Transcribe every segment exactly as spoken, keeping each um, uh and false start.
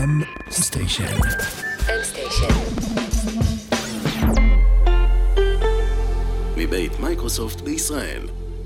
M Station. M Station. מבית מייקרוסופט בישראל.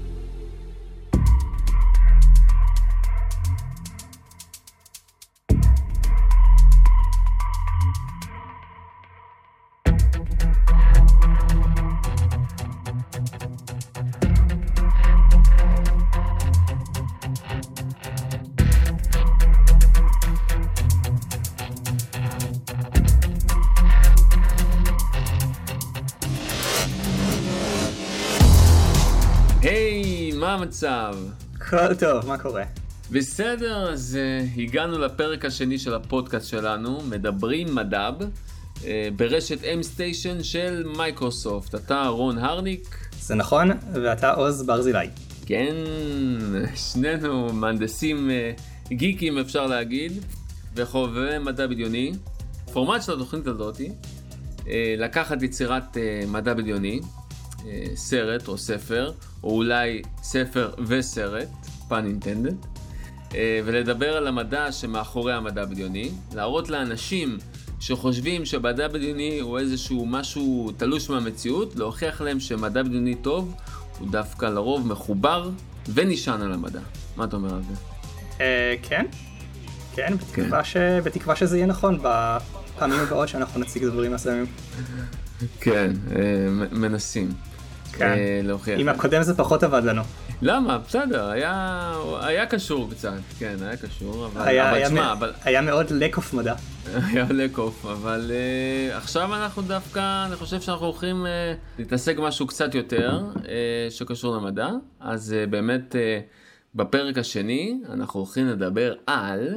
היי, מה המצב? הכל טוב, מה קורה? בסדר, אז uh, הגענו לפרק השני של הפודקאסט שלנו, מדברים מדב, uh, ברשת M Station של מייקרוסופט. אתה רון הרניק. זה נכון, ואתה עוז ברזילי. כן, שנינו מהנדסים uh, גיקים אפשר להגיד, וחובבי מדע בדיוני. הפורמט של התוכנית הזאת, uh, לקחת יצירת uh, מדע בדיוני, uh, סרט או ספר, או אולי ספר וסרט, pun intended, ולדבר על המדע שמאחורי המדע בדיוני, להראות לאנשים שחושבים שמדע בדיוני הוא איזשהו משהו תלוש מהמציאות, להוכיח להם שמדע בדיוני טוב הוא דווקא לרוב מחובר ונשען על המדע. מה אתה אומר על זה? כן, כן, בתקווה ש- בתקווה שזה יהיה נכון בפעמים הבאות שאנחנו נציג דברים מסוימים. כן, מנסים. עם הקודם זה פחות עבד לנו. למה? בסדר, היה היה קשור קצת, כן, היה קשור, אבל היה, אבל היה, תשמע, מ... אבל היה מאוד לקוף מדע. היה לקוף, אבל uh, עכשיו אנחנו דווקא, אני חושב שאנחנו הולכים uh, להתעסק משהו קצת יותר uh, שקשור למדע, אז uh, באמת uh, בפרק השני אנחנו הולכים לדבר על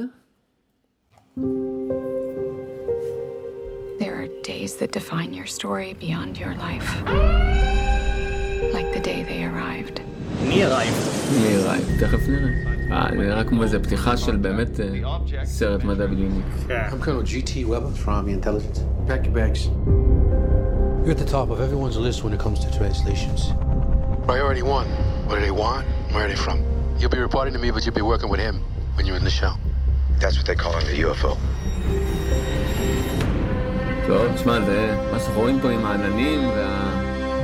There are days that define your story beyond your life. Like the day they arrived. מי arrived? מי arrived? תכף נראה. אה, נראה כמו איזה פתיחה של באמת סרט מדע בדיוני. I'm Colonel G T Weber from Army Intelligence. Pack your bags. You're at the top of everyone's list when it comes to translations. Priority one. What do they want? Where are they from? You'll be reporting to me, but you'll be working with him when you're in the show. That's what they call him, the U F O. טוב, תשמע, זה מה שאנחנו רואים פה עם העננים וה...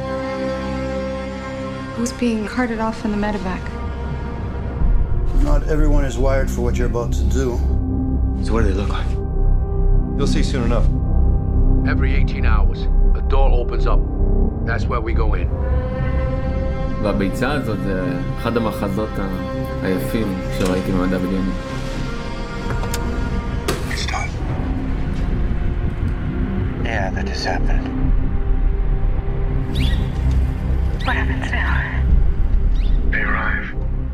Who's being carted off in the medevac? Not everyone is wired for what you're about to do. So what do they look like? You'll see soon enough. Every eighteen hours, a door opens up. That's where we go in. והביצה הזאת זה אחד המחזות היפים שראיתי במדע בדיוני. It's done. Yeah, that just happened. What happens now? They arrive.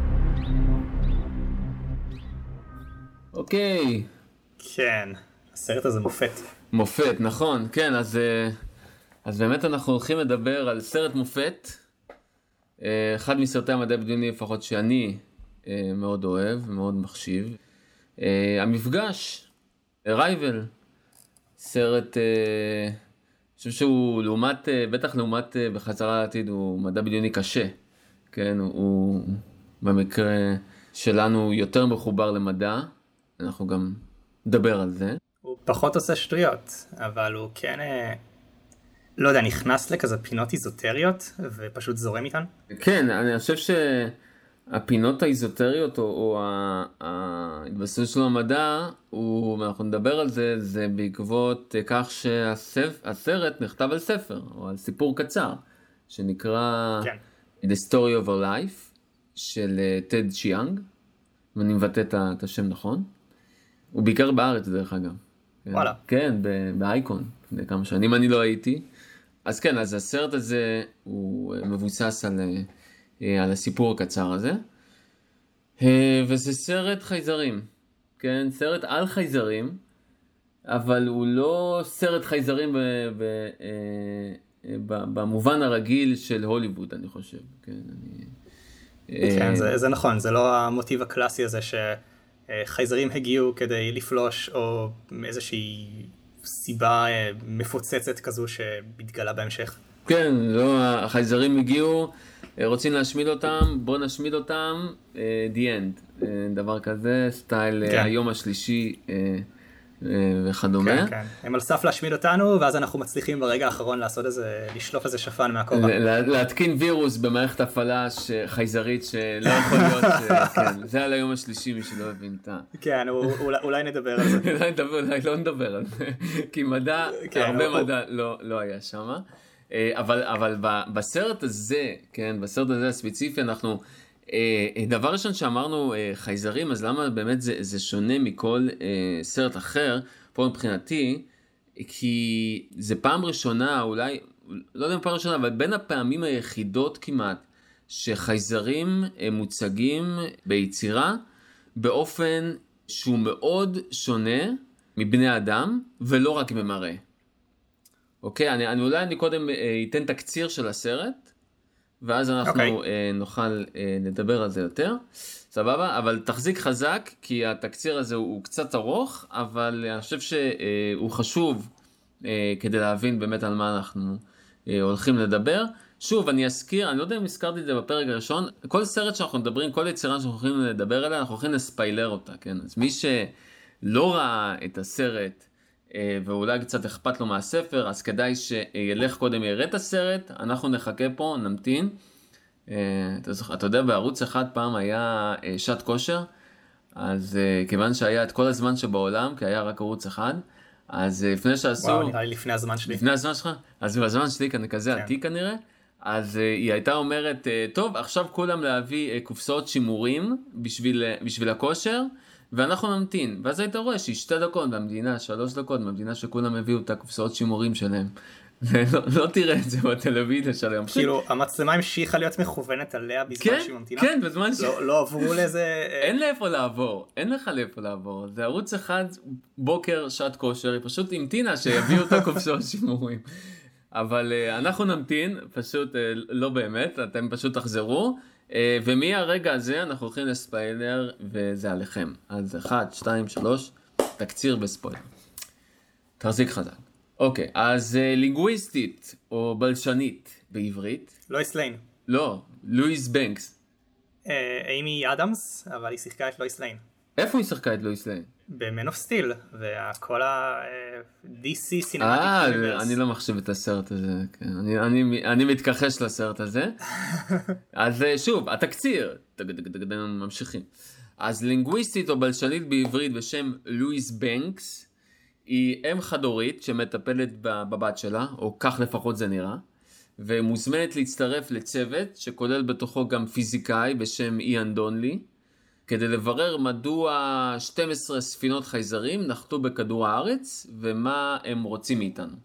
אוקיי. כן, הסרט הזה מופת. מופת, נכון, כן, אז, אז באמת אנחנו הולכים לדבר על סרט מופת, אחד מסרטי המדע בדיוני לפחות שאני מאוד אוהב, מאוד מחשיב. המפגש, Arrival, סרט, אני חושב שהוא לעומת, בטח לעומת בחזרה לעתיד, הוא מדע בדיוני קשה, כן, הוא במקרה שלנו יותר מחובר למדע, אנחנו גם נדבר על זה. הוא פחות עושה שטויות, אבל הוא כן, לא יודע, נכנס לכזה פינות איזוטריות ופשוט זורם איתן. כן, אני חושב שהפינות האיזוטריות או, או ההתבססות של המדע, הוא, אנחנו נדבר על זה, זה בעקבות כך שהסרט נכתב על ספר או על סיפור קצר, שנקרא כן. The Story of Our Life של טד צ'יאנג, ואני מבטא את השם נכון. הוא בעיקר בארץ דרך אגב. וואלה. כן, באייקון, לפני כמה שנים אני לא הייתי. אז כן, אז הסרט הזה הוא מבוסס על, על הסיפור הקצר הזה. וזה סרט חייזרים, כן, סרט על חייזרים, אבל הוא לא סרט חייזרים ב, ב, ב, במובן הרגיל של הוליווד, אני חושב. כן, אני... כן, זה, זה נכון, זה לא המוטיב הקלאסי הזה שחייזרים הגיעו כדי לפלוש, או איזושהי סיבה מפוצצת כזו שמתגלה בהמשך. כן, לא, החייזרים הגיעו, רוצים להשמיד אותם, בוא נשמיד אותם, uh, the end, uh, דבר כזה, סטייל כן. uh, היום השלישי uh, וכדומה. כן, כן. הם על סף להשמיד אותנו, ואז אנחנו מצליחים ברגע האחרון לעשות איזה, לשלוף איזה שפן מהכובע. להתקין וירוס במערכת הפעלה חייזרית שלא יכול להיות, כן, זה על היום השלישי מי שלא הבין את ה... כן, אולי נדבר על זה. אולי לא נדבר על זה, כי מדע, הרבה מדע לא היה שם. אבל, אבל בסרט הזה, כן, בסרט הזה הספציפי אנחנו, דבר ראשון שאמרנו חייזרים, אז למה באמת זה, זה שונה מכל סרט אחר, פה מבחינתי, כי זה פעם ראשונה, אולי, לא יודע אם פעם ראשונה, אבל בין הפעמים היחידות כמעט, שחייזרים מוצגים ביצירה, באופן שהוא מאוד שונה מבני אדם, ולא רק במראה. אוקיי, אני, אני אולי אני קודם אתן תקציר של הסרט, ואז אנחנו okay. נוכל לדבר על זה יותר, סבבה? אבל תחזיק חזק, כי התקציר הזה הוא קצת ארוך, אבל אני חושב שהוא חשוב כדי להבין באמת על מה אנחנו הולכים לדבר. שוב, אני אזכיר, אני לא יודע אם הזכרתי את זה בפרק הראשון, כל סרט שאנחנו מדברים, כל יצירה שאנחנו הולכים לדבר עליה, אנחנו הולכים לספיילר אותה, כן? אז מי שלא ראה את הסרט, ואולי קצת אכפת לו מהספר, אז כדאי שילך קודם יראה את הסרט, אנחנו נחכה פה, נמתין. אתה יודע, בערוץ אחד פעם היה שעת כושר, אז כיוון שהיה את כל הזמן שבעולם, כי היה רק ערוץ אחד, אז לפני שעשו... וואו, נראה לי לפני הזמן שלי. לפני הזמן שלך? אז בזמן שלי כאן כזה עתיק כנראה, אז היא הייתה אומרת, טוב, עכשיו כולם להביא קופסאות שימורים בשביל, בשביל הכושר, ואנחנו נמתין, ואז היית רואה שהיא שתי דקות במדינה, שלוש דקות במדינה שכולם הביאו את הקופסאות שימורים שלהם. לא, לא תראה את זה בטלוויזיה שלהם. כאילו, המצלמה המשיכה להיות מכוונת עליה בזמן כן, שהיא ממתינה? כן, בזמן ש... לא, לא עברו לזה... אין לאיפה לעבור, אין לך לאיפה לעבור. זה ערוץ אחד, בוקר, שעת כושר, היא פשוט המתינה שיביאו את הקופסאות שימורים. אבל uh, אנחנו נמתין, פשוט uh, לא באמת, אתם פשוט תחזרו. ומהרגע הזה אנחנו הולכים לספיילר, וזה עליכם. אז אחד, שתיים, שלוש, תקציר בספוילר. תחזיק חזק. אוקיי, אז לינגוויסטית או בלשנית בעברית. לואיס ליין. לא, לואיס בנקס. אימי אדמס, אבל היא שיחקה את לואיס ליין. איפה היא שיחקה את לואיס ליין? ב-Man of Steel, וכל ה-די סי סינמטיק. אה, אני לא מחשב את הסרט הזה, כן. אני, אני, אני מתכחש לסרט הזה. אז שוב, התקציר, ממשיכים. אז לינגוויסטית או בלשנית בעברית בשם לואיס בנקס, היא אם חד-הורית שמטפלת בבת שלה, או כך לפחות זה נראה, ומוזמנת להצטרף לצוות שכולל בתוכו גם פיזיקאי בשם איאן דונלי, כדי לברר מדוע שתים עשרה ספינות חייזרים נחתו בכדור הארץ, ומה הם רוצים מאיתנו.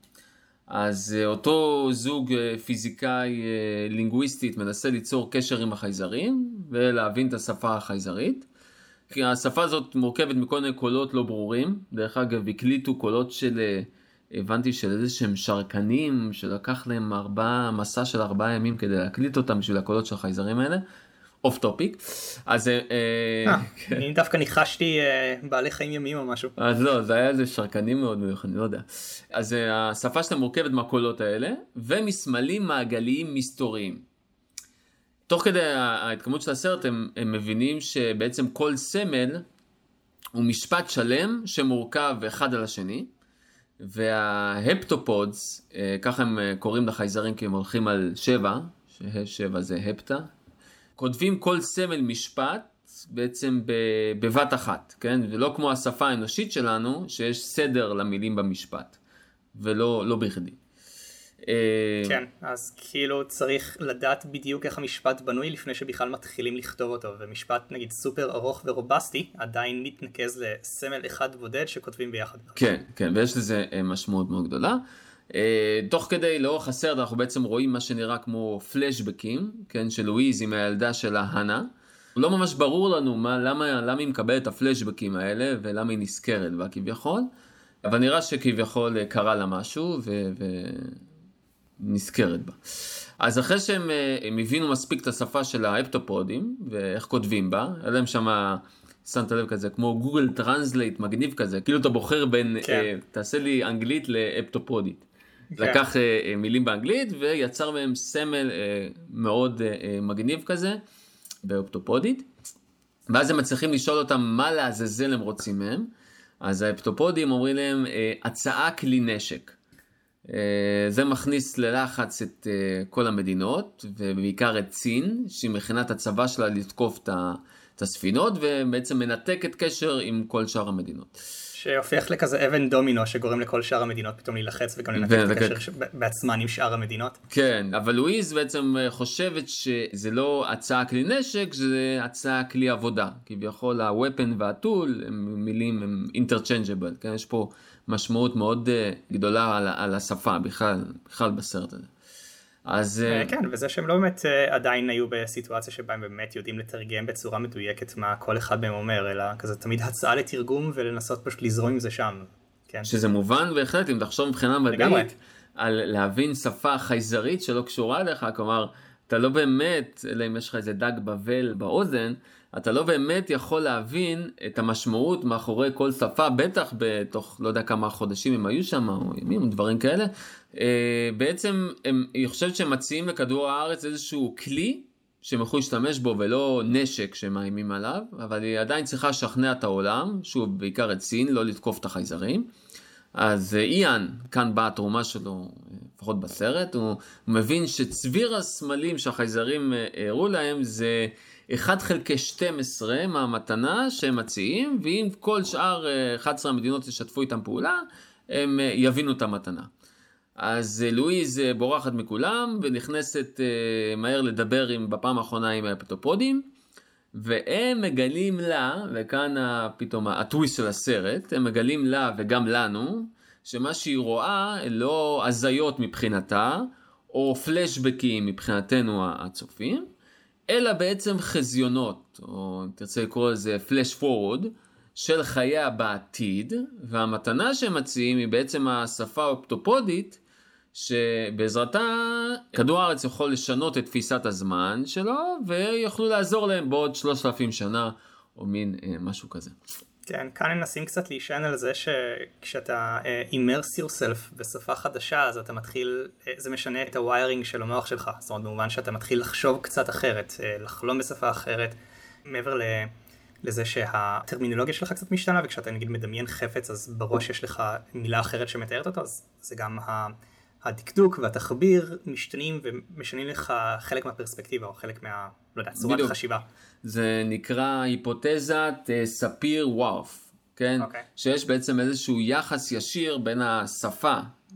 אז אותו זוג פיזיקאי לינגוויסטית מנסה ליצור קשר עם החייזרים, ולהבין את השפה החייזרית. כי השפה הזאת מורכבת מכל מיני קולות לא ברורים. דרך אגב, הקליטו קולות של, הבנתי של איזה שהם שרקנים, שלקח להם ארבעה, מסע של ארבעה ימים כדי להקליט אותם בשביל הקולות של החייזרים האלה. אוף טופיק. אז אני דווקא ניחשתי בעלי חיים ימיים או משהו. אז לא, זה היה איזה שרקנים מאוד מיוחדים, לא יודע. אז השפה שלהם מורכבת מהקולות האלה, ומסמלים מעגליים מסתוריים. תוך כדי ההתקדמות של הסרט, הם, הם מבינים שבעצם כל סמל הוא משפט שלם שמורכב אחד על השני, וההפטופודס, ככה הם קוראים לחייזרים כי הם הולכים על שבע, שבע זה הפטה, כותבים כל סמל משפט בעצם בבת אחת, כן? ולא כמו השפה האנושית שלנו, שיש סדר למילים במשפט, ולא לא בכדי. כן, אז כאילו צריך לדעת בדיוק איך המשפט בנוי לפני שבכלל מתחילים לכתוב אותו, ומשפט נגיד סופר ארוך ורובסטי עדיין מתנקז לסמל אחד בודד שכותבים ביחד. כן, כן, ויש לזה משמעות מאוד גדולה. תוך כדי לאורך הסרט אנחנו בעצם רואים מה שנראה כמו פלשבקים, כן, של לואיז עם הילדה שלה הנה. לא ממש ברור לנו מה, למה, למה היא מקבלת את הפלשבקים האלה ולמה היא נזכרת בה כביכול, אבל נראה שכביכול קרה לה משהו ו... ו... נזכרת בה. אז אחרי שהם הבינו מספיק את השפה של ההפטופודים, ואיך כותבים בה, היה להם שם, שמת לב כזה, כמו גוגל טרנסלייט מגניב כזה, כאילו אתה בוחר בין, כן. אה, תעשה לי אנגלית להפטופודית. כן. לקח אה, מילים באנגלית, ויצר מהם סמל אה, מאוד אה, מגניב כזה, בהפטופודית. ואז הם מצליחים לשאול אותם מה לעזאזל הם רוצים מהם, אז האפטופודים אומרים להם, הצעה כלי נשק. זה מכניס ללחץ את כל המדינות, ובעיקר את סין, שהיא מכינת הצבא שלה לתקוף את הספינות, ובעצם מנתקת קשר עם כל שאר המדינות. שהופך לכזה אבן דומינו שגורם לכל שאר המדינות פתאום להילחץ וגם לנתק את הקשר בעצמן עם שאר המדינות. כן, אבל לואיז בעצם חושבת שזה לא הצעה כלי נשק, זה הצעה כלי עבודה. כביכול ה-weapon וה-tool הם מילים, הם interchangeable, כן? יש פה משמעות מאוד גדולה על, על השפה בכלל, בכלל בסרט הזה. אז כן, וזה שהם לא באמת עדיין היו בסיטואציה שבה הם באמת יודעים לתרגם בצורה מדויקת מה כל אחד מהם אומר, אלא כזה תמיד הצעה לתרגום ולנסות פשוט לזרום עם זה שם. כן. שזה מובן בהחלט, אם תחשוב מבחינה מדעית, על להבין שפה חייזרית שלא קשורה אליך, כלומר, אתה לא באמת, אלא אם יש לך איזה דג בבל באוזן, אתה לא באמת יכול להבין את המשמעות מאחורי כל שפה, בטח בתוך לא יודע כמה חודשים הם היו שם, או ימים, דברים כאלה. בעצם, הם, אני חושבת שהם מציעים לכדור הארץ איזשהו כלי, שהם יכולים להשתמש בו ולא נשק שמאיימים עליו, אבל היא עדיין צריכה לשכנע את העולם, שוב, בעיקר את סין, לא לתקוף את החייזרים. אז איאן, כאן באה התרומה שלו, לפחות בסרט, הוא מבין שצביר הסמלים שהחייזרים הראו להם זה אחד חלקי שתים עשרה מהמתנה שהם מציעים, ואם כל שאר אחת עשרה המדינות ישתפו איתם פעולה, הם יבינו את המתנה. אז לואיז בורחת מכולם ונכנסת מהר לדבר עם, בפעם האחרונה עם האפטופודים, והם מגלים לה, וכאן פתאום הטוויסט של הסרט, הם מגלים לה וגם לנו, שמה שהיא רואה לא הזיות מבחינתה, או פלשבקים מבחינתנו הצופים, אלא בעצם חזיונות, או תרצה לקרוא לזה פלש פורוד, של חייה בעתיד, והמתנה שהם מציעים היא בעצם השפה האופטופודית, שבעזרתה כדור הארץ יכול לשנות את תפיסת הזמן שלו, ויוכלו לעזור להם בעוד שלושת אלפים שנה, או מין אה, משהו כזה. כן, כאן ננסים קצת להישען על זה שכשאתה uh, immerse yourself בשפה חדשה, אז אתה מתחיל, uh, זה משנה את הוויירינג של המוח שלך, זאת אומרת במובן שאתה מתחיל לחשוב קצת אחרת, uh, לחלום בשפה אחרת, מעבר ל... לזה שהטרמינולוגיה שלך קצת משתנה, וכשאתה נגיד מדמיין חפץ, אז בראש יש לך מילה אחרת שמתארת אותו, אז זה גם הדקדוק והתחביר משתנים ומשנים לך חלק מהפרספקטיבה, או חלק מה, לא יודע, צורת החשיבה. זה נקרא היפותזת ספיר וורף, כן? Okay. שיש בעצם איזשהו יחס ישיר בין השפה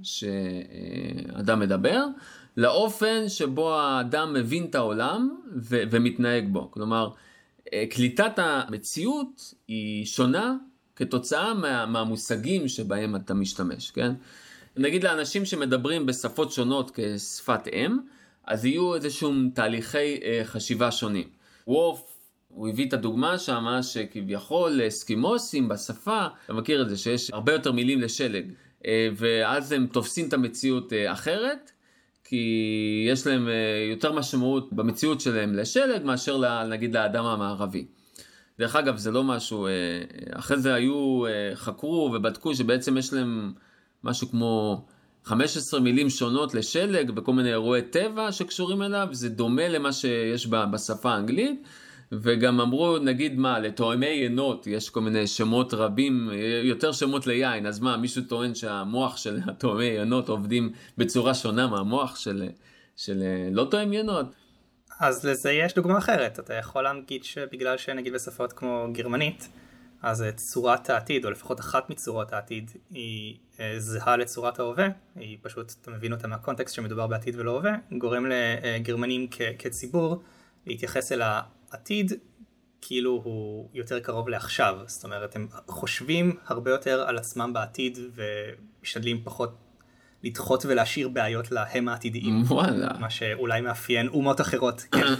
שאדם מדבר, לאופן שבו האדם מבין את העולם ו- ומתנהג בו. כלומר, קליטת המציאות היא שונה כתוצאה מה, מהמושגים שבהם אתה משתמש, כן? נגיד לאנשים שמדברים בשפות שונות כשפת אם, אז יהיו איזשהם תהליכי חשיבה שונים. וורף, הוא הביא את הדוגמה שמה שכביכול אסקימוסים בשפה, אתה מכיר את זה שיש הרבה יותר מילים לשלג, ואז הם תופסים את המציאות אחרת, כי יש להם יותר משמעות במציאות שלהם לשלג, מאשר נגיד לאדם המערבי. דרך אגב, זה לא משהו, אחרי זה היו, חקרו ובדקו שבעצם יש להם משהו כמו חמש עשרה מילים שונות לשלג, וכל מיני אירועי טבע שקשורים אליו, זה דומה למה שיש בשפה האנגלית, וגם אמרו, נגיד מה, לתואמי ינות, יש כל מיני שמות רבים, יותר שמות ליין, אז מה, מישהו טוען שהמוח של התואמי ינות עובדים בצורה שונה מהמוח של, של לא תואם ינות? אז לזה יש דוגמה אחרת, אתה יכול להגיד שבגלל שנגיד בשפות כמו גרמנית, אז צורת העתיד, או לפחות אחת מצורות העתיד, היא זהה לצורת ההווה, היא פשוט, אתה מבין אותה מהקונטקסט שמדובר בעתיד ולא הווה, גורם לגרמנים כ- כציבור להתייחס אל העתיד כאילו הוא יותר קרוב לעכשיו, זאת אומרת, הם חושבים הרבה יותר על עצמם בעתיד ומשתדלים פחות לדחות ולהשאיר בעיות להם העתידיים. וואלה. מה שאולי מאפיין אומות אחרות.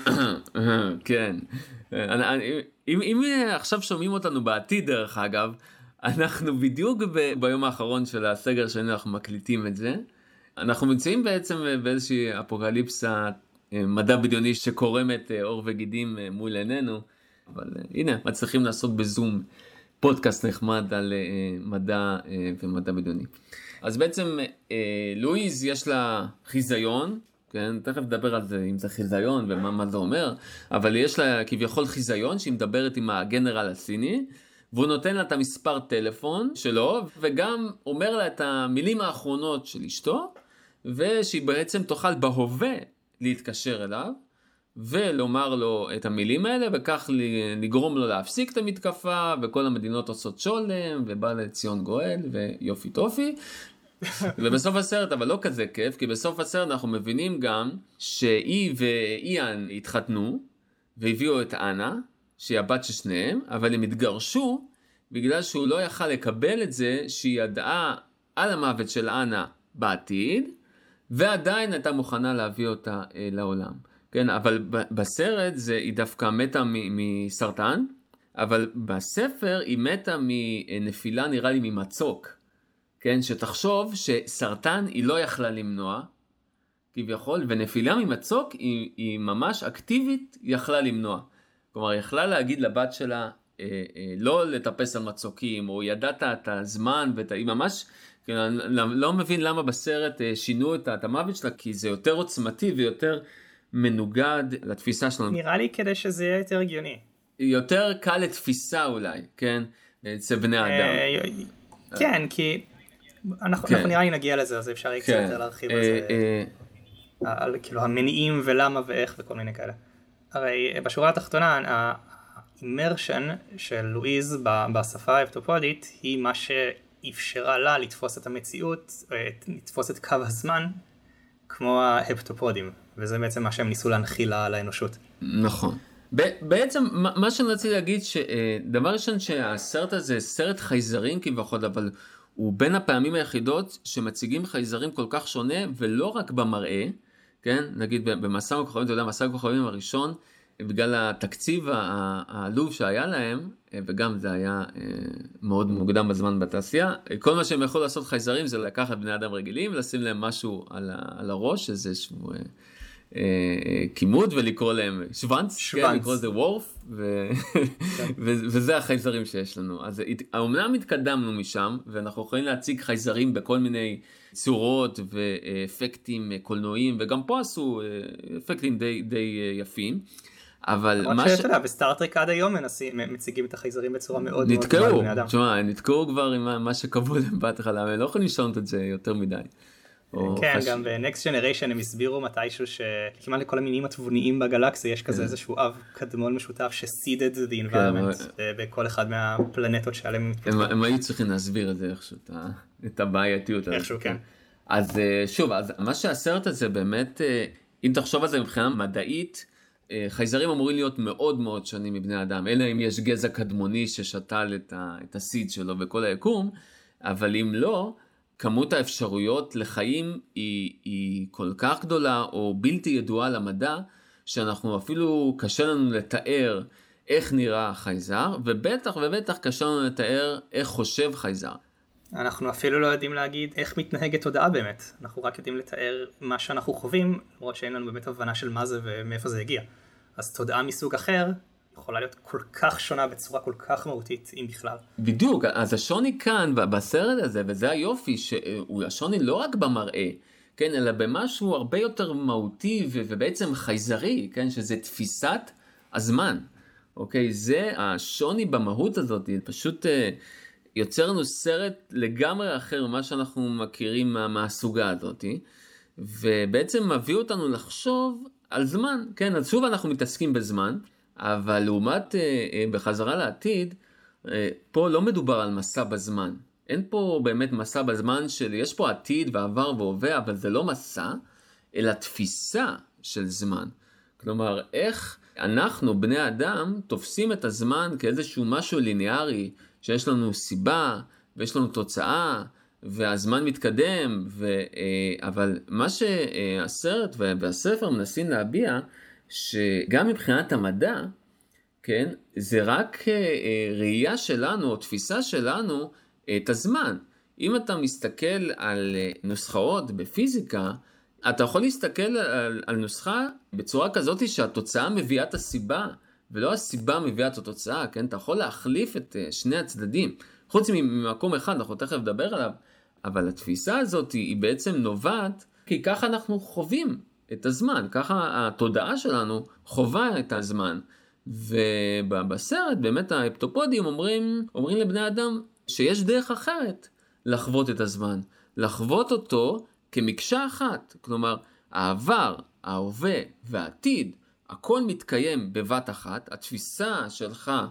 כן. אם, אם עכשיו שומעים אותנו בעתיד דרך אגב, אנחנו בדיוק ב, ביום האחרון של הסגר שלנו אנחנו מקליטים את זה. אנחנו נמצאים בעצם באיזושהי אפוקליפסה מדע בדיוני שקורמת אור וגידים מול עינינו. אבל הנה, מצליחים לעשות בזום פודקאסט נחמד על מדע ומדע בדיוני. אז בעצם לואיז יש לה חיזיון, כן? תכף נדבר על זה, אם זה חיזיון ומה מה זה אומר, אבל יש לה כביכול חיזיון שהיא מדברת עם הגנרל הסיני, והוא נותן לה את המספר טלפון שלו, וגם אומר לה את המילים האחרונות של אשתו, ושהיא בעצם תוכל בהווה להתקשר אליו, ולומר לו את המילים האלה, וכך לגרום לו להפסיק את המתקפה, וכל המדינות עושות שולם, ובא לציון גואל, ויופי טופי. ובסוף הסרט, אבל לא כזה כיף, כי בסוף הסרט אנחנו מבינים גם שהיא ואיאן התחתנו, והביאו את אנה, שהיא הבת של שניהם, אבל הם התגרשו, בגלל שהוא לא יכל לקבל את זה, שהיא ידעה על המוות של אנה בעתיד, ועדיין הייתה מוכנה להביא אותה אה, לעולם. כן, אבל בסרט זה, היא דווקא מתה מסרטן, אבל בספר היא מתה מנפילה, נראה לי ממצוק. כן, שתחשוב שסרטן היא לא יכלה למנוע, כביכול, ונפילה ממצוק היא, היא ממש אקטיבית יכלה למנוע. כלומר, היא יכלה להגיד לבת שלה, אה, אה, לא לטפס על מצוקים, או ידעת את הזמן, והיא ממש, כן, אני לא מבין למה בסרט אה, שינו את, את המוות שלה, כי זה יותר עוצמתי ויותר מנוגד לתפיסה שלנו. נראה לי כדי שזה יהיה יותר הגיוני. יותר קל לתפיסה אולי, כן? אצל בני האדם. כן, כי אנחנו נראה לי נגיע לזה, אז אפשר קצת יותר להרחיב על זה. על כאילו המניעים ולמה ואיך וכל מיני כאלה. הרי בשורה התחתונה, האימרשן של לואיז בשפה ההפטופודית היא מה שאפשרה לה לתפוס את המציאות, לתפוס את קו הזמן, כמו ההפטופודים, וזה בעצם מה שהם ניסו להנחיל לאנושות. נכון. בעצם מה שאני רציתי להגיד, שדבר ראשון שהסרט הזה סרט חייזרים כביכול, אבל הוא בין הפעמים היחידות שמציגים חייזרים כל כך שונה, ולא רק במראה, כן? נגיד במסע הכוכבים, אתה יודע, מסע הכוכבים הראשון, בגלל התקציב העלוב שהיה להם, וגם זה היה מאוד מוקדם בזמן בתעשייה, כל מה שהם יכולו לעשות חייזרים זה לקחת בני אדם רגילים, ולשים להם משהו על הראש, איזשהו כימוד, ולקרוא להם שוונץ, כן, לקרוא לזה וורף, וזה החייזרים שיש לנו. אז האומנם התקדמנו משם, ואנחנו יכולים להציג חייזרים בכל מיני צורות ואפקטים קולנועיים, וגם פה עשו אפקטים די יפים. אבל מה שאתה יודע, בסטארטרק עד היום מציגים את החייזרים בצורה מאוד מאוד נתקעו, תשמע, נתקעו כבר עם מה שקבעו להם בהתחלה, הם לא יכולים לשנות את זה יותר מדי. כן, גם ב-Next Generation הם הסבירו מתישהו שכמעט לכל המינים התבוניים בגלקסיה יש כזה איזשהו אב קדמון משותף ש-seeded the environment בכל אחד מהפלנטות שעליהם מתפתחים. הם היו צריכים להסביר את זה איכשהו, את הבעייתיות. איכשהו, כן. אז שוב, מה שהסרט הזה באמת, אם תחשוב על זה מבחינה מדעית, חייזרים אמורים להיות מאוד מאוד שונים מבני אדם, אלא אם יש גזע קדמוני ששתל את הסיד שלו בכל היקום, אבל אם לא, כמות האפשרויות לחיים היא, היא כל כך גדולה או בלתי ידועה למדע, שאנחנו אפילו קשה לנו לתאר איך נראה חייזר, ובטח ובטח קשה לנו לתאר איך חושב חייזר. אנחנו אפילו לא יודעים להגיד איך מתנהגת תודעה באמת. אנחנו רק יודעים לתאר מה שאנחנו חווים, למרות שאין לנו באמת הבנה של מה זה ומאיפה זה הגיע. אז תודעה מסוג אחר יכולה להיות כל כך שונה בצורה כל כך מהותית, אם בכלל. בדיוק, אז השוני כאן בסרט הזה, וזה היופי, שהוא השוני לא רק במראה, כן, אלא במשהו הרבה יותר מהותי ובעצם חייזרי, כן, שזה תפיסת הזמן. אוקיי, זה השוני במהות הזאת, פשוט יוצר לנו סרט לגמרי אחר ממה שאנחנו מכירים מהסוגה הזאת, ובעצם מביא אותנו לחשוב על זמן, כן, אז שוב אנחנו מתעסקים בזמן, אבל לעומת בחזרה לעתיד, פה לא מדובר על מסע בזמן. אין פה באמת מסע בזמן של, יש פה עתיד ועבר והווה, אבל זה לא מסע, אלא תפיסה של זמן. כלומר, איך אנחנו, בני אדם, תופסים את הזמן כאיזשהו משהו ליניארי, שיש לנו סיבה, ויש לנו תוצאה, והזמן מתקדם, ו... אבל מה שהסרט והספר מנסים להביע, שגם מבחינת המדע, כן, זה רק ראייה שלנו, או תפיסה שלנו, את הזמן. אם אתה מסתכל על נוסחאות בפיזיקה, אתה יכול להסתכל על, על נוסחה בצורה כזאת שהתוצאה מביאה את הסיבה, ולא הסיבה מביאה את התוצאה, כן? אתה יכול להחליף את שני הצדדים. חוץ ממקום אחד, אנחנו תכף נדבר עליו, אבל התפיסה הזאת היא בעצם נובעת, כי ככה אנחנו חווים את הזמן, ככה התודעה שלנו חובה את הזמן, ובסרט באמת ההפטופודים אומרים, אומרים לבני אדם שיש דרך אחרת לחוות את הזמן, לחוות אותו כמקשה אחת, כלומר העבר, ההווה והעתיד, הכל מתקיים בבת אחת, התפיסה שלך אה,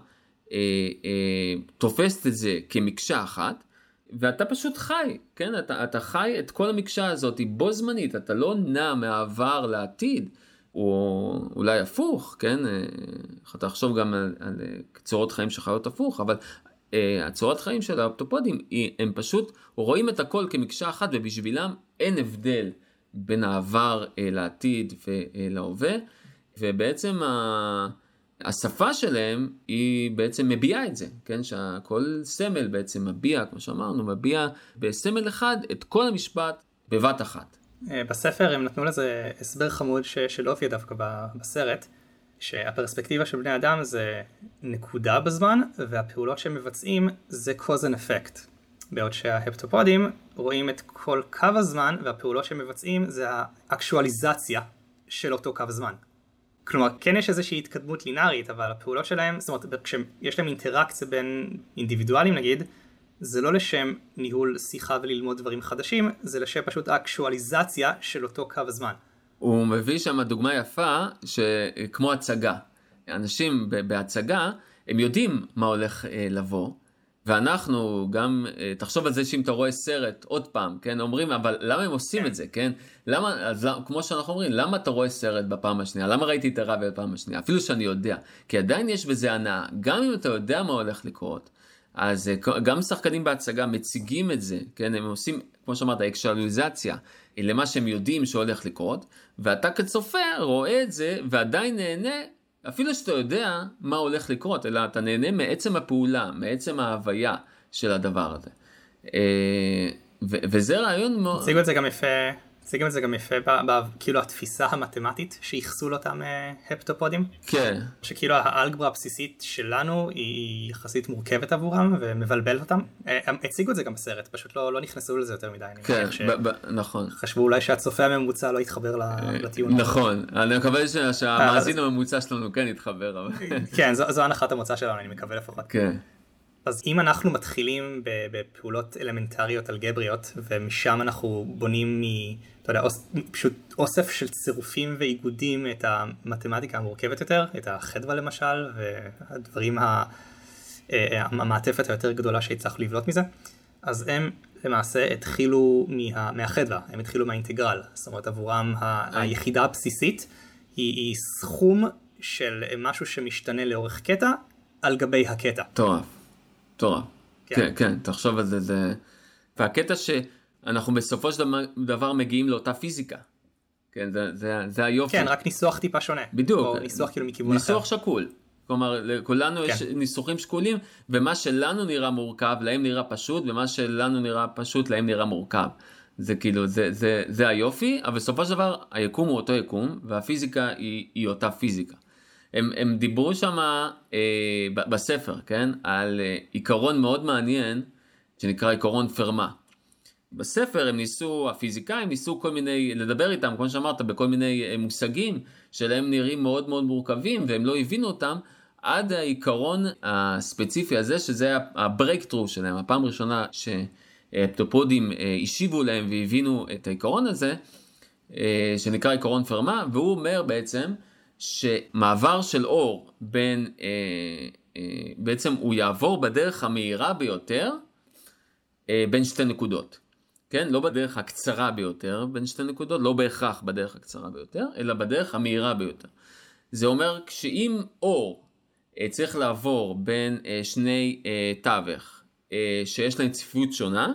אה, תופסת את זה כמקשה אחת, ואתה פשוט חי, כן? אתה, אתה חי את כל המקשה הזאת בו זמנית, אתה לא נע מהעבר לעתיד, או אולי הפוך, כן? אתה תחשוב גם על, על צורות חיים שחיות הפוך, אבל uh, הצורת חיים של האופטופודים, הם פשוט רואים את הכל כמקשה אחת, ובשבילם אין הבדל בין העבר uh, לעתיד ולהווה, ובעצם ה... השפה שלהם היא בעצם מביעה את זה, כן? שכל סמל בעצם מביע, כמו שאמרנו, מביע בסמל אחד את כל המשפט בבת אחת. בספר הם נתנו לזה הסבר חמוד ש... שלא הופיע דווקא בסרט, שהפרספקטיבה של בני אדם זה נקודה בזמן, והפעולות שהם מבצעים זה cause and effect. בעוד שההפטופודים רואים את כל קו הזמן, והפעולות שהם מבצעים זה האקשואליזציה של אותו קו זמן. כלומר, כן יש איזושהי התקדמות לינארית, אבל הפעולות שלהם, זאת אומרת, כשיש להם אינטראקציה בין אינדיבידואלים נגיד, זה לא לשם ניהול שיחה וללמוד דברים חדשים, זה לשם פשוט האקשואליזציה של אותו קו הזמן. הוא מביא שם דוגמה יפה, שכמו הצגה. אנשים בהצגה, הם יודעים מה הולך לבוא, ואנחנו גם, תחשוב על זה שאם אתה רואה סרט עוד פעם, כן, אומרים, אבל למה הם עושים את זה, כן? למה, אז כמו שאנחנו אומרים, למה אתה רואה סרט בפעם השנייה? למה ראיתי את הרב בפעם השנייה? אפילו שאני יודע, כי עדיין יש בזה הנאה, גם אם אתה יודע מה הולך לקרות, אז גם שחקנים בהצגה מציגים את זה, כן, הם עושים, כמו שאמרת, האקשואליזציה, למה שהם יודעים שהולך לקרות, ואתה כצופה רואה את זה, ועדיין נהנה, אפילו שאתה יודע מה הולך לקרות, אלא אתה נהנה מעצם הפעולה, מעצם ההוויה של הדבר הזה. וזה רעיון מאוד... הציגו את זה גם יפה, הציגו את זה גם יפה, כאילו התפיסה המתמטית שיחסו לאותם הפטופודים. כן. שכאילו האלגברה הבסיסית שלנו היא יחסית מורכבת עבורם ומבלבלת אותם. הם הציגו את זה גם בסרט, פשוט לא, לא נכנסו לזה יותר מדי. כן, נכון. חשבו אולי שהצופה הממוצע לא יתחבר לטיעון. נכון, אני מקווה שהמאזין הממוצע שלנו כן יתחבר. כן, זו הנחת המוצא שלנו, אני מקווה לפחות. כן. אז אם אנחנו מתחילים בפעולות אלמנטריות אלגבריות, ומשם אנחנו בונים מ... אתה יודע, פשוט אוסף של צירופים ואיגודים את המתמטיקה המורכבת יותר, את החדווה למשל, והדברים, המעטפת היותר גדולה שהצליחו לבלוט מזה, אז הם למעשה התחילו מה, מהחדווה, הם התחילו מהאינטגרל. זאת אומרת, עבורם היחידה הבסיסית היא, היא סכום של משהו שמשתנה לאורך קטע על גבי הקטע. טוב. תורה. כן. כן, כן, תחשוב על זה, זה... והקטע שאנחנו בסופו של דבר מגיעים לאותה פיזיקה. כן, זה, זה, זה היופי. כן, רק ניסוח טיפה שונה. בדיוק. או ניסוח כאילו מכיוון ניסוח אחר. ניסוח שקול. כלומר, לכולנו כן. יש ניסוחים שקולים, ומה שלנו נראה מורכב, להם נראה פשוט, ומה שלנו נראה פשוט, להם נראה מורכב. זה כאילו, זה, זה, זה היופי, אבל בסופו של דבר, היקום הוא אותו יקום, והפיזיקה היא, היא אותה פיזיקה. הם, הם דיברו שם אה, בספר, כן? על אה, עיקרון מאוד מעניין, שנקרא עיקרון פרמה. בספר הם ניסו, הפיזיקאים ניסו כל מיני, לדבר איתם, כמו שאמרת, בכל מיני אה, מושגים, שלהם נראים מאוד מאוד מורכבים, והם לא הבינו אותם, עד העיקרון הספציפי הזה, שזה הברייקטרו שלהם, הפעם הראשונה שהפטופודים אה, השיבו להם והבינו את העיקרון הזה, אה, שנקרא עיקרון פרמה, והוא אומר בעצם, שמעבר של אור בין, אה, אה, בעצם הוא יעבור בדרך המהירה ביותר אה, בין שתי נקודות. כן? לא בדרך הקצרה ביותר בין שתי נקודות, לא בהכרח בדרך הקצרה ביותר, אלא בדרך המהירה ביותר. זה אומר שאם אור אה, צריך לעבור בין אה, שני אה, תווך אה, שיש להם צפיפות שונה,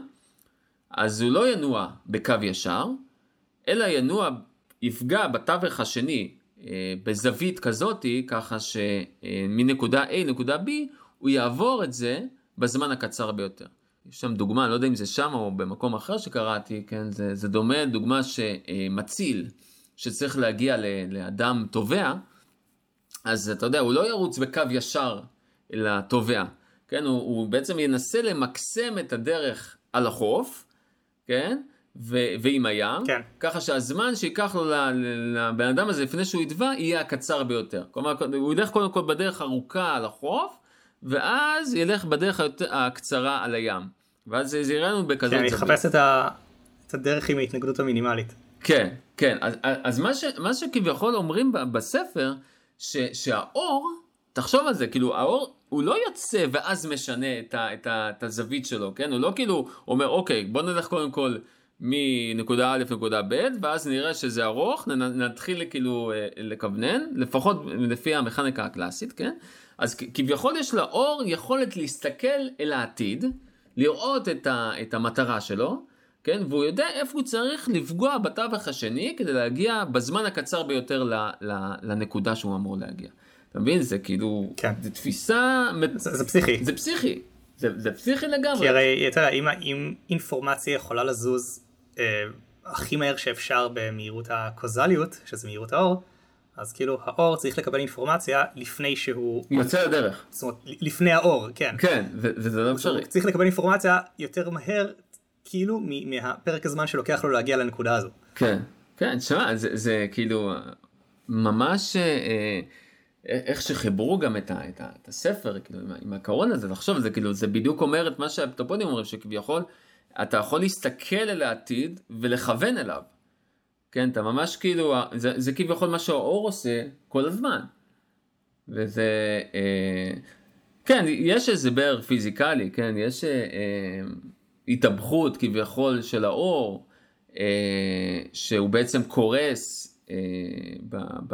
אז הוא לא ינוע בקו ישר, אלא ינוע, יפגע בתווך השני, בזווית כזאת, ככה שמנקודה A לנקודה B, הוא יעבור את זה בזמן הקצר ביותר. יש שם דוגמה, אני לא יודע אם זה שם או במקום אחר שקראתי, כן? זה, זה דומה, דוגמה שמציל, שצריך להגיע לאדם תובע, אז אתה יודע, הוא לא ירוץ בקו ישר לתובע, כן? הוא, הוא בעצם ינסה למקסם את הדרך על החוף, כן? ו- ועם הים, כן. ככה שהזמן שיקח לו לבן אדם הזה לפני שהוא ידבע, יהיה הקצר ביותר. כלומר, הוא ילך קודם כל בדרך ארוכה על החוף, ואז ילך בדרך הקצרה על הים. ואז זה יראה לנו בכזאת כן, זווית. אני אחפש את, ה... את הדרך עם ההתנגדות המינימלית. כן, כן. אז, אז מה, ש, מה שכביכול אומרים בספר, ש, שהאור, תחשוב על זה, כאילו האור הוא לא יוצא ואז משנה את, ה, את, ה, את הזווית שלו, כן? הוא לא כאילו אומר, אוקיי, בוא נלך קודם כל מנקודה א' לנקודה ב', ואז נראה שזה ארוך, נתחיל כאילו לכוונן, לפחות לפי המכניקה הקלאסית, כן? אז כביכול יש לאור יכולת להסתכל אל העתיד, לראות את, ה, את המטרה שלו, כן? והוא יודע איפה הוא צריך לפגוע בתווך השני, כדי להגיע בזמן הקצר ביותר ל, ל, לנקודה שהוא אמור להגיע. אתה מבין? זה כאילו, כן. זה תפיסה... זה, זה פסיכי. זה פסיכי. זה, זה פסיכי לגמרי. כי הרי, אתה יודע, אם, אם אינפורמציה יכולה לזוז אה, הכי מהר שאפשר במהירות הקוזליות, שזה מהירות האור, אז כאילו האור צריך לקבל אינפורמציה לפני שהוא... יוצא לדרך. זאת אומרת, לפני האור, כן. כן, וזה לא אפשרי. צריך לקבל אינפורמציה יותר מהר, כאילו, מהפרק הזמן שלוקח לו להגיע לנקודה הזו. כן, כן, שמה, זה, זה כאילו ממש... אה, איך שחיברו גם את, ה, את, ה, את הספר, כאילו, עם, עם הקורונה הזה, לחשוב, זה כאילו, זה בדיוק אומר את מה שהפטופונים אומרים, שכביכול, אתה יכול להסתכל אל העתיד ולכוון אליו. כן, אתה ממש כאילו, זה, זה כביכול מה שהאור עושה כל הזמן. וזה, אה, כן, יש איזה בערך פיזיקלי, כן, יש אה, התאבכות כביכול של האור, אה, שהוא בעצם קורס אה, ב... ב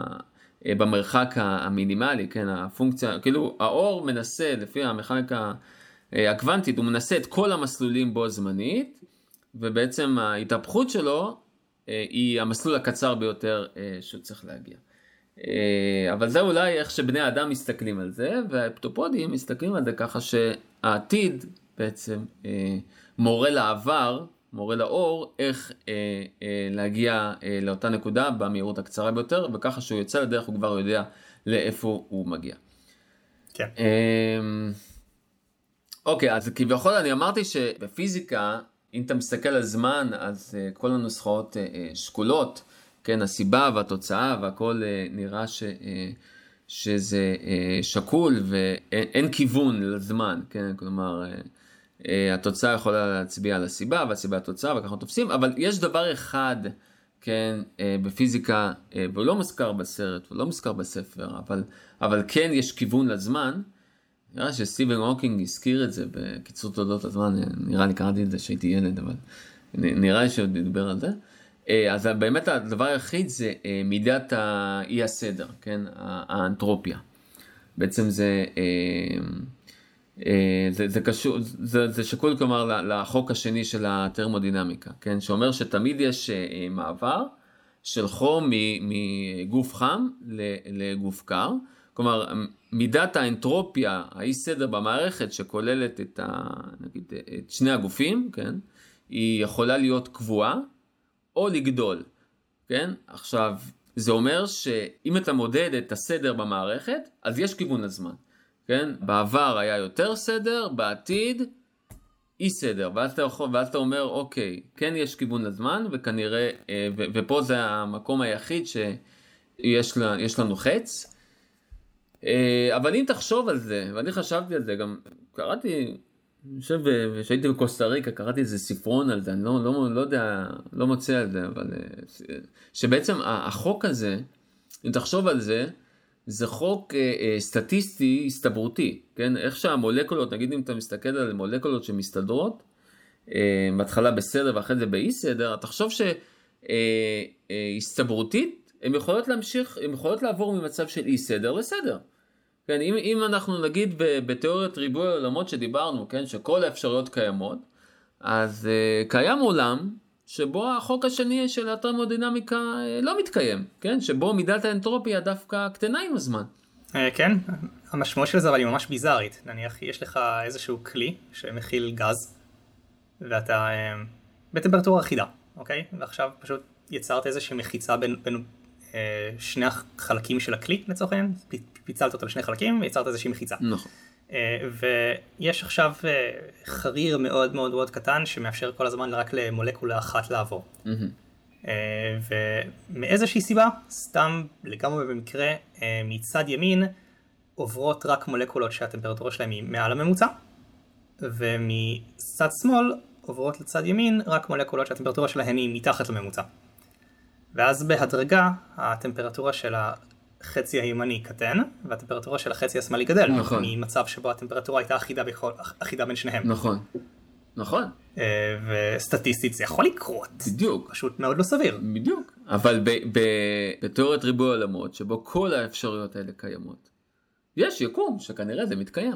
במרחק המינימלי, כן, הפונקציה, כאילו האור מנסה, לפי המכניקה הקוונטית, הוא מנסה את כל המסלולים בו זמנית, ובעצם ההתהפכות שלו היא המסלול הקצר ביותר שהוא צריך להגיע. אבל זה אולי איך שבני האדם מסתכלים על זה, והפטופודים מסתכלים על זה ככה שהעתיד בעצם מורה לעבר, מורה לאור, איך אה, אה, להגיע אה, לאותה נקודה במהירות הקצרה ביותר, וככה שהוא יוצא לדרך הוא כבר יודע לאיפה הוא מגיע. כן. אה, אוקיי, אז כביכול אני אמרתי שבפיזיקה, אם אתה מסתכל על זמן, אז אה, כל הנוסחאות אה, שקולות, כן, הסיבה והתוצאה והכל אה, נראה ש, אה, שזה אה, שקול ואין כיוון לזמן, כן, כלומר... אה, Uh, התוצאה יכולה להצביע על הסיבה, והסיבה התוצאה, וככה תופסים, אבל יש דבר אחד, כן, uh, בפיזיקה, uh, והוא לא מוזכר בסרט, הוא לא מוזכר בספר, אבל, אבל כן יש כיוון לזמן, נראה שסטיבן הוקינג הזכיר את זה בקיצור תולדות הזמן, נראה לי קראתי את זה שהייתי ילד, אבל נראה לי שהוא דיבר על זה, uh, אז באמת הדבר היחיד זה uh, מידת האי הסדר, כן, האנטרופיה, בעצם זה... Uh, זה, זה קשור, זה, זה שקול כלומר לחוק השני של הטרמודינמיקה, כן? שאומר שתמיד יש מעבר של חום מגוף חם לגוף קר, כלומר מידת האנטרופיה, האי סדר במערכת שכוללת את, ה, נגיד, את שני הגופים, כן? היא יכולה להיות קבועה או לגדול, כן? עכשיו, זה אומר שאם אתה מודד את הסדר במערכת, אז יש כיוון לזמן. כן? בעבר היה יותר סדר, בעתיד אי סדר, ואז אתה, ואז אתה אומר, אוקיי, כן יש כיוון לזמן, וכנראה, ו, ופה זה המקום היחיד שיש לה, יש לנו חץ, אבל אם תחשוב על זה, ואני חשבתי על זה, גם קראתי, אני חושב, שהייתי בקוסטה ריקה, קראתי איזה ספרון על זה, אני לא, לא, לא יודע, לא מוצא על זה, אבל שבעצם החוק הזה, אם תחשוב על זה, זה חוק אה, אה, סטטיסטי, הסתברותי, כן? איך שהמולקולות, נגיד אם אתה מסתכל על מולקולות שמסתדרות, אה, מתחלה בסדר ואחרי זה באי סדר, תחשוב שהסתברותית, אה, אה, הן יכולות להמשיך, הן יכולות לעבור ממצב של אי סדר לסדר. כן? אם, אם אנחנו נגיד בתיאוריית ריבוי העולמות שדיברנו, כן? שכל האפשרויות קיימות, אז אה, קיים עולם, שבו החוק השני של הטרמודינמיקה לא מתקיים, כן? שבו מידת האנטרופיה דווקא קטנה עם הזמן. כן, המשמעות של זה אבל היא ממש ביזארית. נניח יש לך איזשהו כלי שמכיל גז, ואתה בטמפרטורה אחידה, אוקיי? ועכשיו פשוט יצרת איזושהי מחיצה בין, בין שני החלקים של הכלי לצורך העניין, פיצלת אותו לשני חלקים ויצרת איזושהי מחיצה. נכון. ויש עכשיו חריר מאוד מאוד מאוד קטן שמאפשר כל הזמן רק למולקולה אחת לעבור. ומאיזושהי סיבה, סתם לגמרי במקרה, מצד ימין עוברות רק מולקולות שהטמפרטורה שלהם היא מעל הממוצע, ומצד שמאל עוברות לצד ימין רק מולקולות שהטמפרטורה שלהן היא מתחת לממוצע. ואז בהדרגה הטמפרטורה של החצי הימני קטן, והטמפרטורה של החצי השמאלי גדל. נכון. ממצב שבו הטמפרטורה הייתה אחידה, בכל, אחידה בין שניהם. נכון. נכון. וסטטיסטית זה יכול לקרות. בדיוק. פשוט מאוד לא סביר. בדיוק. אבל בתיאוריית ריבוי העולמות, שבו כל האפשרויות האלה קיימות, יש יקום שכנראה זה מתקיים.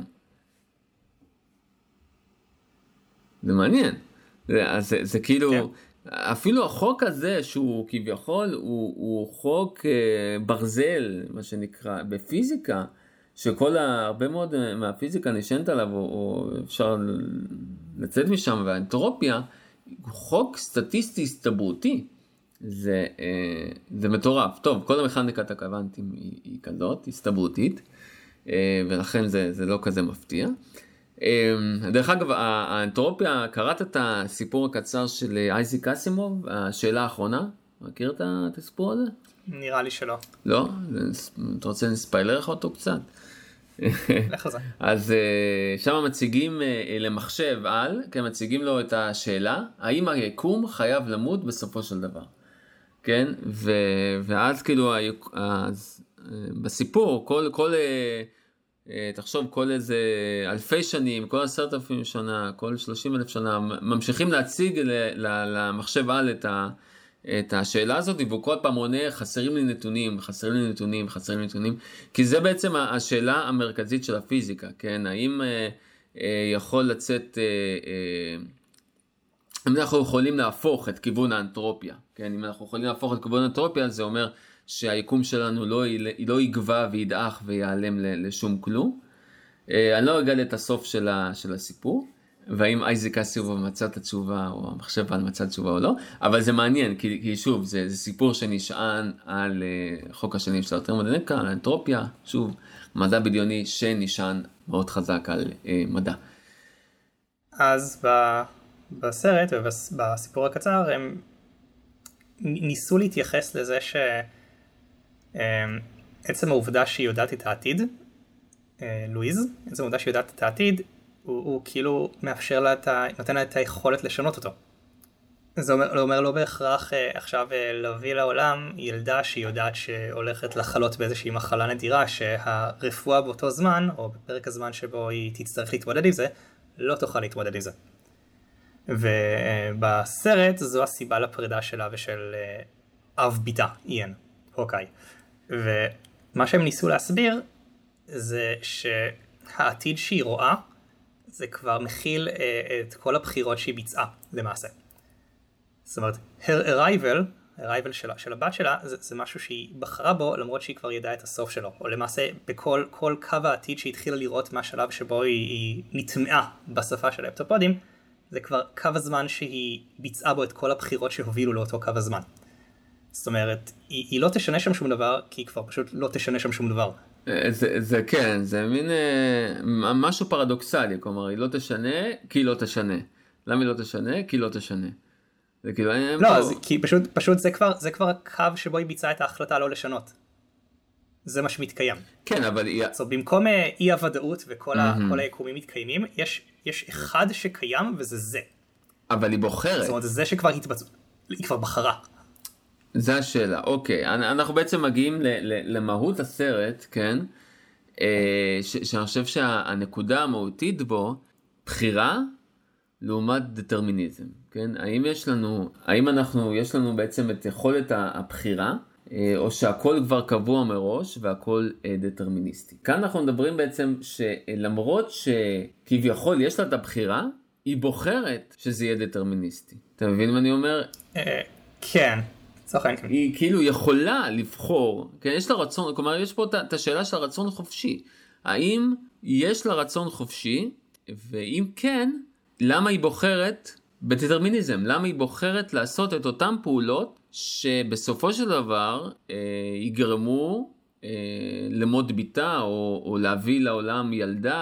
זה מעניין. זה, זה, זה כאילו, כן. אפילו החוק הזה שהוא כביכול, הוא, הוא חוק אה, ברזל, מה שנקרא, בפיזיקה, שכל הרבה מאוד מהפיזיקה נשענת עליו, או, או אפשר לצאת משם, והאנטרופיה, הוא חוק סטטיסטי הסתברותי. זה, אה, זה מטורף. טוב, כל המכניקת הקוונטים היא, היא כזאת, הסתברותית, אה, ולכן זה, זה לא כזה מפתיע. דרך אגב, האנטרופיה, קראת את הסיפור הקצר של אייזק אסימוב, השאלה האחרונה? מכיר את הסיפור הזה? נראה לי שלא. לא? אתה רוצה לספיילר לך אותו קצת? לך זה. אז שם מציגים למחשב על, כן, מציגים לו את השאלה, האם היקום חייב למות בסופו של דבר? כן? ואז כאילו, בסיפור, כל... כל תחשוב, כל איזה אלפי שנים, כל עשרת אלפים שנה, כל שלושים אלף שנה, ממשיכים להציג למחשב על את, ה, את השאלה הזאת, והוא כל פעם עונה, חסרים לי נתונים, חסרים לי נתונים, חסרים לי נתונים, כי זה בעצם השאלה המרכזית של הפיזיקה, כן? האם אה, אה, יכול לצאת, אה, אה, אם אנחנו יכולים להפוך את כיוון האנטרופיה, כן? אם אנחנו יכולים להפוך את כיוון האנטרופיה, זה אומר שהיקום שלנו לא, לא יגבה וידעך ויעלם לשום כלום. אני לא אגלה את הסוף של, ה, של הסיפור, והאם אייזק אסימוב מצא את התשובה, או המחשב על מצא התשובה או לא, אבל זה מעניין, כי, כי שוב, זה, זה סיפור שנשען על uh, חוק השנים של התרמודינמיקה, על האנטרופיה, שוב, מדע בדיוני שנשען מאוד חזק על uh, מדע. אז ב, בסרט ובסיפור הקצר, הם ניסו להתייחס לזה ש... עצם העובדה שהיא יודעת את העתיד, לואיז, עצם העובדה שהיא יודעת את העתיד, הוא, הוא כאילו מאפשר לה את ה... נותן לה את היכולת לשנות אותו. זה אומר, אומר לא בהכרח עכשיו להביא לעולם ילדה שהיא יודעת שהולכת לחלות באיזושהי מחלה נדירה, שהרפואה באותו זמן, או בפרק הזמן שבו היא תצטרך להתמודד עם זה, לא תוכל להתמודד עם זה. ובסרט זו הסיבה לפרידה שלה ושל אב ביתה, איין, הוקאי. ומה שהם ניסו להסביר זה שהעתיד שהיא רואה זה כבר מכיל את כל הבחירות שהיא ביצעה למעשה. זאת אומרת, her arrival, arrival שלה, של הבת שלה, זה, זה משהו שהיא בחרה בו למרות שהיא כבר ידעה את הסוף שלו. או למעשה בכל כל קו העתיד שהיא התחילה לראות מהשלב שבו היא, היא נטמעה בשפה של האפטופודים, זה כבר קו הזמן שהיא ביצעה בו את כל הבחירות שהובילו לאותו קו הזמן. זאת אומרת, היא, היא לא תשנה שם שום דבר, כי היא כבר פשוט לא תשנה שם שום דבר. זה, זה כן, זה מין אה, משהו פרדוקסלי, כלומר, היא לא תשנה, כי היא לא תשנה. למה היא לא תשנה? כי היא לא תשנה. זה כאילו, לא, פה... זה, כי פשוט, פשוט זה כבר, זה כבר הקו שבו היא ביצעה את ההחלטה לא לשנות. זה מה שמתקיים. כן, אבל היא... זאת אומרת, במקום אי הוודאות וכל mm-hmm. ה, היקומים מתקיימים, יש, יש אחד שקיים וזה זה. אבל היא בוחרת. זאת אומרת, זה שכבר התבצע, היא כבר בחרה. זה השאלה, אוקיי, אנחנו בעצם מגיעים ל- ל- למהות הסרט, כן, ש- שאני חושב שהנקודה המהותית בו, בחירה לעומת דטרמיניזם, כן, האם יש לנו, האם אנחנו, יש לנו בעצם את יכולת הבחירה, או שהכל כבר קבוע מראש והכל דטרמיניסטי. כאן אנחנו מדברים בעצם שלמרות שכביכול יש לה את הבחירה, היא בוחרת שזה יהיה דטרמיניסטי. אתה מבין מה אני אומר? כן. היא כאילו יכולה לבחור, כן, יש לה רצון, כלומר יש פה את השאלה של הרצון חופשי. האם יש לה רצון חופשי, ואם כן, למה היא בוחרת בדטרמיניזם? למה היא בוחרת לעשות את אותן פעולות שבסופו של דבר אה, יגרמו אה, למות ביתה או, או להביא לעולם ילדה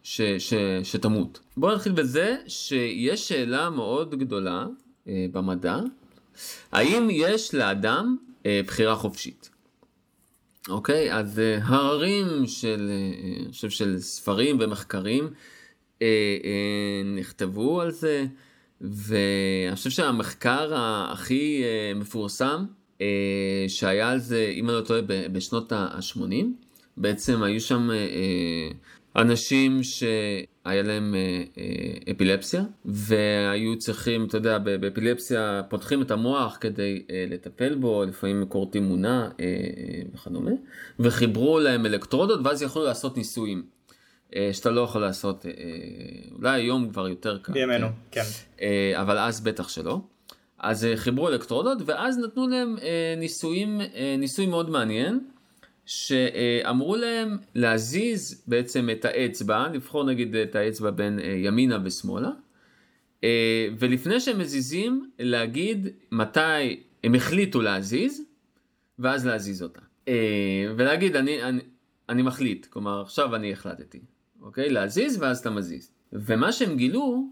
ש, ש, שתמות. בואו נתחיל בזה שיש שאלה מאוד גדולה אה, במדע, האם יש לאדם אה, בחירה חופשית? אוקיי, אז אה, הררים של, אה, אני חושב של ספרים ומחקרים אה, אה, נכתבו על זה, ואני חושב שהמחקר הכי אה, מפורסם אה, שהיה על זה, אם אני לא טועה, בשנות ה-שמונים, בעצם היו שם אה, אנשים שהיה להם אה, אה, אפילפסיה, והיו צריכים, אתה יודע, באפילפסיה פותחים את המוח כדי אה, לטפל בו, לפעמים קורטים מונה אה, אה, וכדומה, וחיברו להם אלקטרודות, ואז יכולו לעשות ניסויים, אה, שאתה לא יכול לעשות, אה, אולי היום כבר יותר קל. בימינו, כן. כן. אה, אבל אז בטח שלא. אז אה, חיברו אלקטרודות, ואז נתנו להם אה, ניסויים, אה, ניסוי מאוד מעניין, שאמרו להם להזיז בעצם את האצבע, לבחור נגיד את האצבע בין ימינה ושמאלה, ולפני שהם מזיזים להגיד מתי הם החליטו להזיז, ואז להזיז אותה. ולהגיד אני, אני, אני מחליט, כלומר עכשיו אני החלטתי, אוקיי? להזיז ואז אתה מזיז. ומה שהם גילו,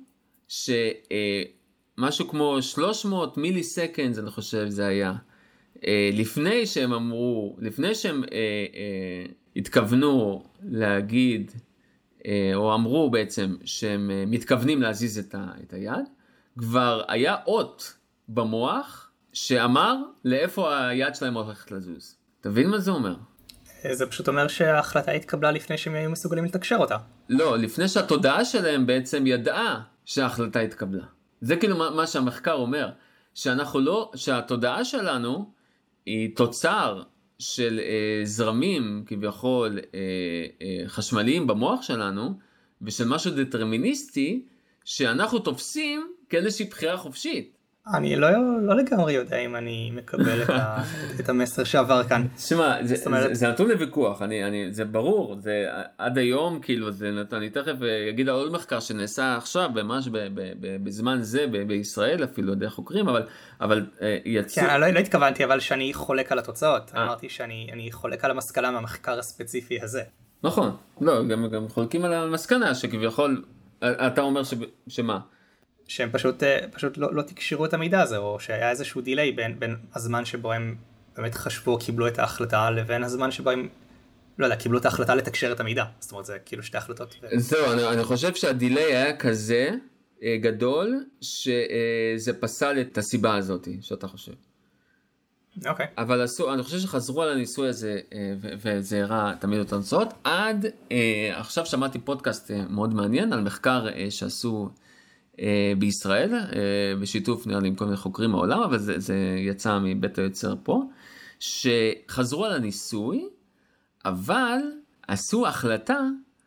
שמשהו כמו שלוש מאות מילי סקנד, אני חושב זה היה, לפני שהם אמרו, לפני שהם אה, אה, התכוונו להגיד, אה, או אמרו בעצם שהם אה, מתכוונים להזיז את, ה, את היד, כבר היה אות במוח שאמר לאיפה היד שלהם הולכת לזוז. תבין מה זה אומר? זה פשוט אומר שההחלטה התקבלה לפני שהם היו מסוגלים לתקשר אותה. לא, לפני שהתודעה שלהם בעצם ידעה שההחלטה התקבלה. זה כאילו מה, מה שהמחקר אומר, שאנחנו לא, שהתודעה שלנו, היא תוצר של אה, זרמים כביכול אה, אה, חשמליים במוח שלנו, ושל משהו דטרמיניסטי, שאנחנו תופסים כאיזושהי בחירה חופשית. אני לא, לא לגמרי יודע אם אני מקבל את, ה, את המסר שעבר כאן. שמה, זה, אומרת... זה, זה נתון לוויכוח, אני, אני, זה ברור, זה עד היום, כאילו, זה נתון, אני תכף אגיד על עוד מחקר שנעשה עכשיו, ממש ב, ב, ב, בזמן זה, ב, בישראל אפילו, ידי חוקרים, אבל, אבל יצאו... כן, לא, לא התכוונתי, אבל שאני חולק על התוצאות. 아. אמרתי שאני אני חולק על המסקנה מהמחקר הספציפי הזה. נכון, לא, גם, גם חולקים על המסקנה, שכביכול, אתה אומר ש, שמה? שהם פשוט, פשוט לא, לא תקשרו את המידע הזה, או שהיה איזשהו דיליי בין, בין הזמן שבו הם באמת חשבו, קיבלו את ההחלטה, לבין הזמן שבו הם, לא יודע, קיבלו את ההחלטה לתקשר את המידע. זאת אומרת, זה כאילו שתי החלטות. ו... זהו, אני, אני חושב שהדיליי היה כזה אה, גדול, שזה פסל את הסיבה הזאת, שאתה חושב. אוקיי. אבל עשו, אני חושב שחזרו על הניסוי הזה, אה, ו- וזה הראה תמיד אותן תוצאות, עד, אה, עכשיו שמעתי פודקאסט אה, מאוד מעניין, על מחקר אה, שעשו, בישראל, בשיתוף נראה לי עם כל מיני חוקרים מהעולם, אבל זה, זה יצא מבית היוצר פה, שחזרו על הניסוי, אבל עשו החלטה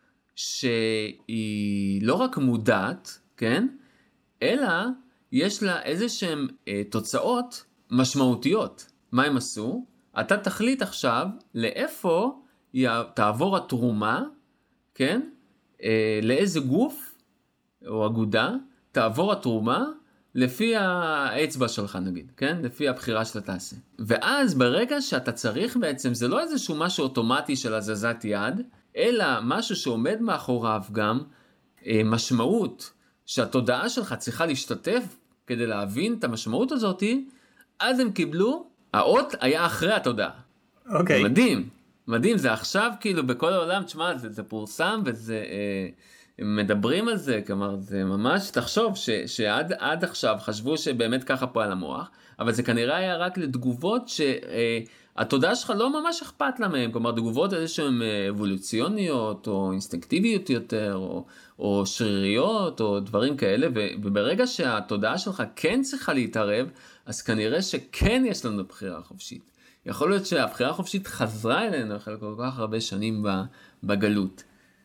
שהיא לא רק מודעת, כן? אלא יש לה איזה שהן תוצאות משמעותיות. מה הם עשו? אתה תחליט עכשיו לאיפה תעבור התרומה, כן? לאיזה גוף או אגודה, תעבור התרומה לפי האצבע שלך נגיד, כן? לפי הבחירה שאתה תעשה. ואז ברגע שאתה צריך בעצם, זה לא איזשהו משהו אוטומטי של הזזת יד, אלא משהו שעומד מאחוריו גם אה, משמעות שהתודעה שלך צריכה להשתתף כדי להבין את המשמעות הזאת, אז הם קיבלו, האות היה אחרי התודעה. אוקיי. מדהים, מדהים, זה עכשיו כאילו בכל העולם, תשמע, זה, זה פורסם וזה... אה, מדברים על זה, כלומר, זה ממש, תחשוב ש, שעד עד עכשיו חשבו שבאמת ככה פועל המוח, אבל זה כנראה היה רק לתגובות שהתודעה שלך לא ממש אכפת לה מהם, כלומר, תגובות איזה שהן אבולוציוניות, או אינסטינקטיביות יותר, או, או שריריות, או דברים כאלה, וברגע שהתודעה שלך כן צריכה להתערב, אז כנראה שכן יש לנו בחירה חופשית. יכול להיות שהבחירה החופשית חזרה אלינו אחרי כל כך הרבה שנים בגלות.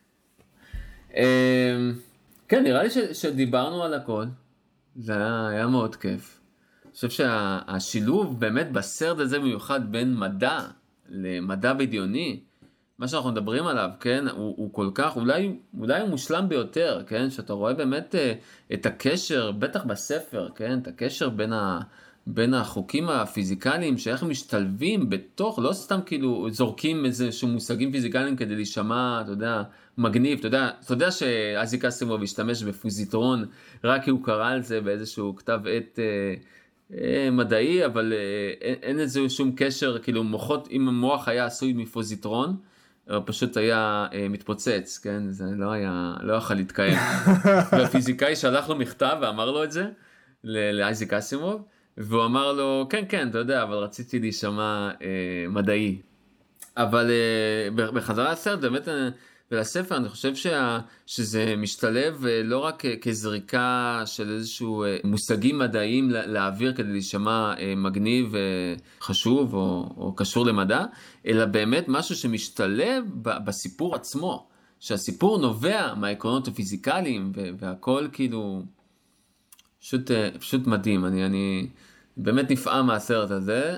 כן, נראה לי שדיברנו על הכל, זה היה, היה מאוד כיף. אני חושב שהשילוב באמת בסרט הזה מיוחד בין מדע למדע בדיוני, מה שאנחנו מדברים עליו, כן, הוא, הוא כל כך, אולי, אולי הוא מושלם ביותר, כן, שאתה רואה באמת את הקשר, בטח בספר, כן, את הקשר בין בין החוקים הפיזיקליים, שאיך הם משתלבים בתוך, לא סתם כאילו זורקים איזשהו מושגים פיזיקליים כדי להישמע, אתה יודע, מגניב, אתה יודע, אתה יודע שאייזק אסימוב השתמש בפוזיטרון, רק כי הוא קרא על זה באיזשהו כתב עת אה, אה, מדעי, אבל אה, אין, אין איזה שום קשר, כאילו מוחות, אם המוח היה עשוי מפוזיטרון, הוא פשוט היה אה, מתפוצץ, כן? זה לא היה, לא יכול להתקיים. והפיזיקאי שלח לו מכתב ואמר לו את זה, לאייזק אסימוב, והוא אמר לו, כן, כן, אתה יודע, אבל רציתי להישמע אה, מדעי. אבל אה, בחזרה לסרט, באמת, אה, ולספר, אני חושב שה, שזה משתלב אה, לא רק אה, כזריקה של איזשהו אה, מושגים מדעיים להעביר כדי להישמע אה, מגניב, אה, חשוב או, או קשור למדע, אלא באמת משהו שמשתלב ב, בסיפור עצמו, שהסיפור נובע מהעקרונות הפיזיקליים, והכל כאילו... פשוט, פשוט מדהים, אני, אני באמת נפעם מהסרט הזה.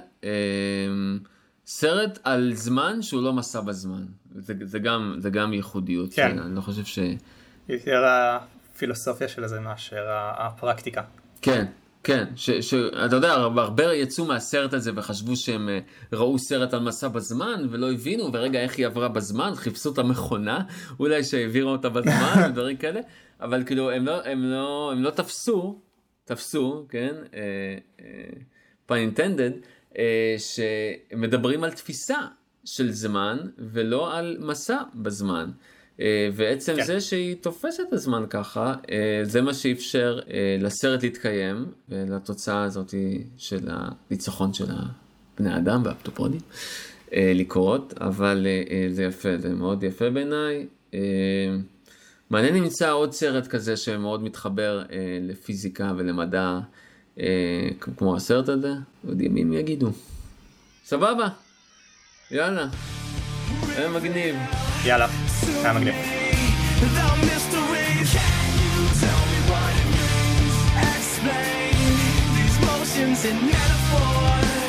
סרט על זמן שהוא לא מסע בזמן. זה, זה גם, זה גם ייחודיות. כן. אני לא חושב ש... יותר הפילוסופיה של זה מאשר הפרקטיקה. כן, כן. ש, ש, אתה יודע, הרבה יצאו מהסרט הזה וחשבו שהם ראו סרט על מסע בזמן ולא הבינו, ורגע איך היא עברה בזמן, חיפשו את המכונה, אולי שהעבירו אותה בזמן ודברים כאלה, אבל כאילו הם לא, הם לא, הם לא תפסו, תפסו, כן, pun intended, שמדברים על תפיסה של זמן ולא על מסע בזמן. ועצם כן. זה שהיא תופסת את הזמן ככה, זה מה שאפשר לסרט להתקיים, ולתוצאה הזאת של הניצחון של בני אדם והפטופונים לקרות, אבל זה יפה, זה מאוד יפה בעיניי. מעניין נמצא עוד סרט כזה שמאוד מתחבר לפיזיקה ולמדע, כמו הסרט הזה, עוד ימים יגידו. סבבה, יאללה, היה מגניב. יאללה, היה מגניב. Explain these motions in metaphor.